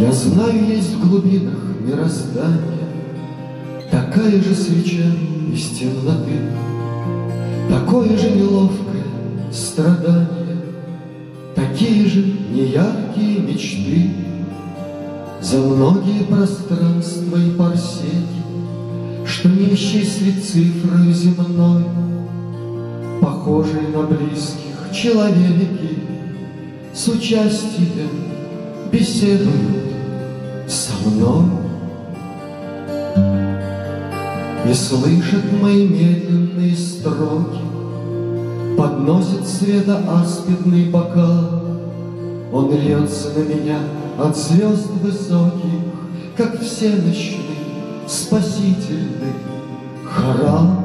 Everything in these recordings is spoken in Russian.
Я знаю, есть в глубинах мироздания такая же свеча из темноты, такое же неловкое страдание, такие же неяркие мечты. За многие пространства и парсеки, что не исчислить цифрой земной, похожие на близких человеки, с участием беседуют со мной. И слышат мои медленные строки, подносит светоаспидный бокал. Он льется на меня от звезд высоких, как всенощный спасительный хорал.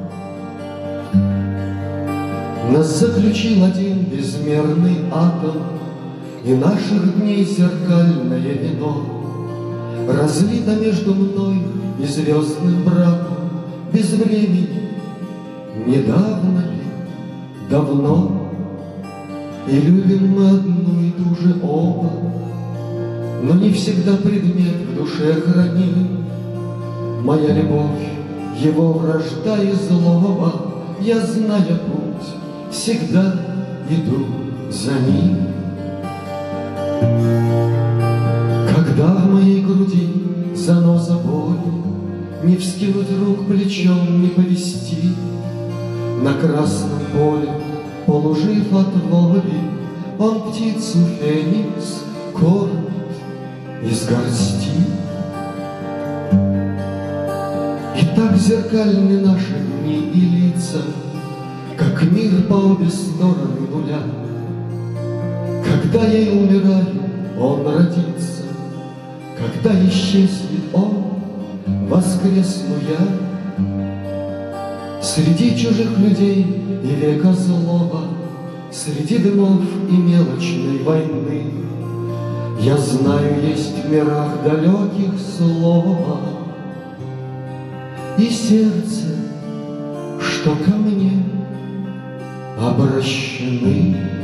Нас заключил один безмерный атом, и наших дней зеркальное вино разлито между мной и звездным браком без времени. Недавно ли, давно, и любим мы одну и ту же оба, но не всегда предмет в душе храним. Моя любовь, его вражда и злоба, я, зная путь, всегда иду за ним. Когда в моей груди заноза боли, не вскинуть рук плечом, не повести, на красном поле, полужив от воли, он птицу феникс кормит из горсти. И так зеркальны наши дни и лица, как мир по обе стороны нуля. Когда я и умираю, он родится, когда исчезнет он, воскресну я. Среди чужих людей и века злого, среди дымов и мелочной войны, я знаю, есть в мирах далеких слово и сердце, что ко мне обращены.